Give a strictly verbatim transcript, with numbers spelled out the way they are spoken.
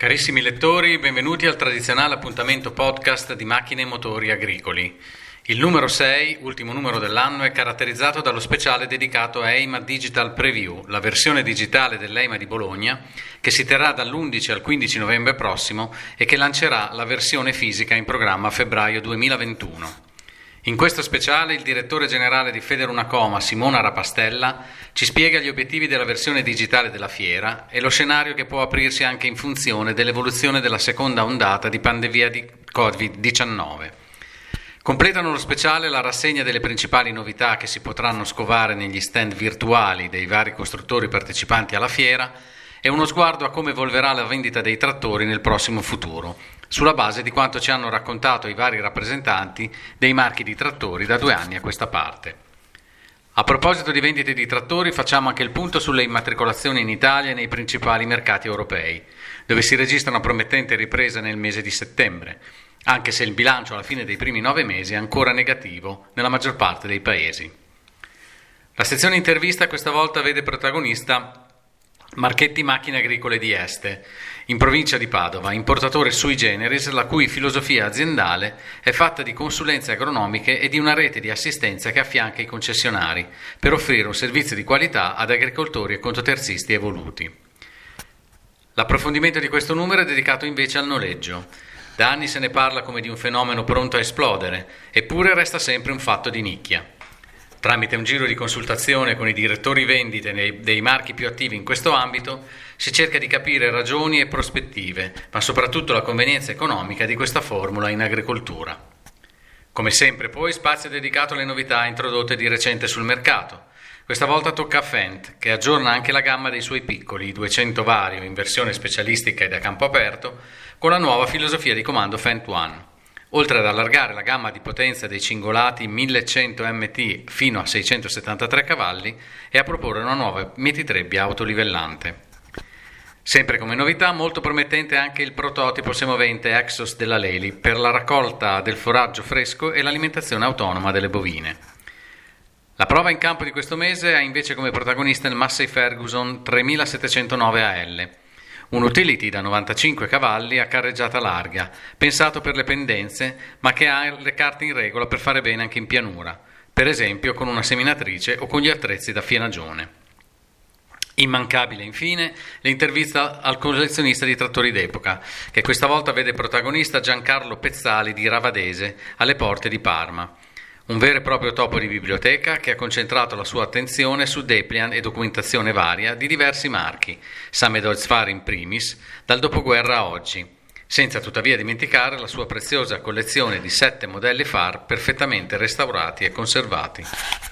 Carissimi lettori, benvenuti al tradizionale appuntamento podcast di Macchine e Motori Agricoli. Il numero sei, ultimo numero dell'anno, è caratterizzato dallo speciale dedicato a EIMA Digital Preview, la versione digitale dell'EIMA di Bologna, che si terrà dall'undici al quindici novembre prossimo e che lancerà la versione fisica in programma a febbraio duemilaventuno. In questo speciale il direttore generale di Federunacoma, Simona Rapastella, ci spiega gli obiettivi della versione digitale della fiera e lo scenario che può aprirsi anche in funzione dell'evoluzione della seconda ondata di pandemia di covid diciannove. Completano lo speciale la rassegna delle principali novità che si potranno scovare negli stand virtuali dei vari costruttori partecipanti alla fiera e uno sguardo a come evolverà la vendita dei trattori nel prossimo futuro, sulla base di quanto ci hanno raccontato i vari rappresentanti dei marchi di trattori da due anni a questa parte. A proposito di vendite di trattori, facciamo anche il punto sulle immatricolazioni in Italia e nei principali mercati europei, dove si registra una promettente ripresa nel mese di settembre, anche se il bilancio alla fine dei primi nove mesi è ancora negativo nella maggior parte dei paesi. La sezione intervista questa volta vede protagonista Marchetti Macchine Agricole di Este, in provincia di Padova, importatore sui generis, la cui filosofia aziendale è fatta di consulenze agronomiche e di una rete di assistenza che affianca i concessionari per offrire un servizio di qualità ad agricoltori e contoterzisti evoluti. L'approfondimento di questo numero è dedicato invece al noleggio. Da anni se ne parla come di un fenomeno pronto a esplodere, eppure resta sempre un fatto di nicchia. Tramite un giro di consultazione con i direttori vendite dei marchi più attivi in questo ambito, si cerca di capire ragioni e prospettive, ma soprattutto la convenienza economica di questa formula in agricoltura. Come sempre poi spazio dedicato alle novità introdotte di recente sul mercato. Questa volta tocca a Fendt, che aggiorna anche la gamma dei suoi piccoli, i duecento Vario in versione specialistica e da campo aperto, con la nuova filosofia di comando Fendt One. Oltre ad allargare la gamma di potenza dei cingolati millecento M T fino a seicentosettantatré cavalli e a proporre una nuova mietitrebbia autolivellante. Sempre come novità, molto promettente anche il prototipo semovente Exos della Lely per la raccolta del foraggio fresco e l'alimentazione autonoma delle bovine. La prova in campo di questo mese ha invece come protagonista il Massey Ferguson tremilasettecentonove A L, un utility da novantacinque cavalli a carreggiata larga, pensato per le pendenze, ma che ha le carte in regola per fare bene anche in pianura, per esempio con una seminatrice o con gli attrezzi da fienagione. Immancabile infine l'intervista al collezionista di trattori d'epoca, che questa volta vede protagonista Giancarlo Pezzali di Ravadese, alle porte di Parma. Un vero e proprio topo di biblioteca che ha concentrato la sua attenzione su dépliant e documentazione varia di diversi marchi, Samedolzfar in primis, dal dopoguerra a oggi, senza tuttavia dimenticare la sua preziosa collezione di sette modelli Far perfettamente restaurati e conservati.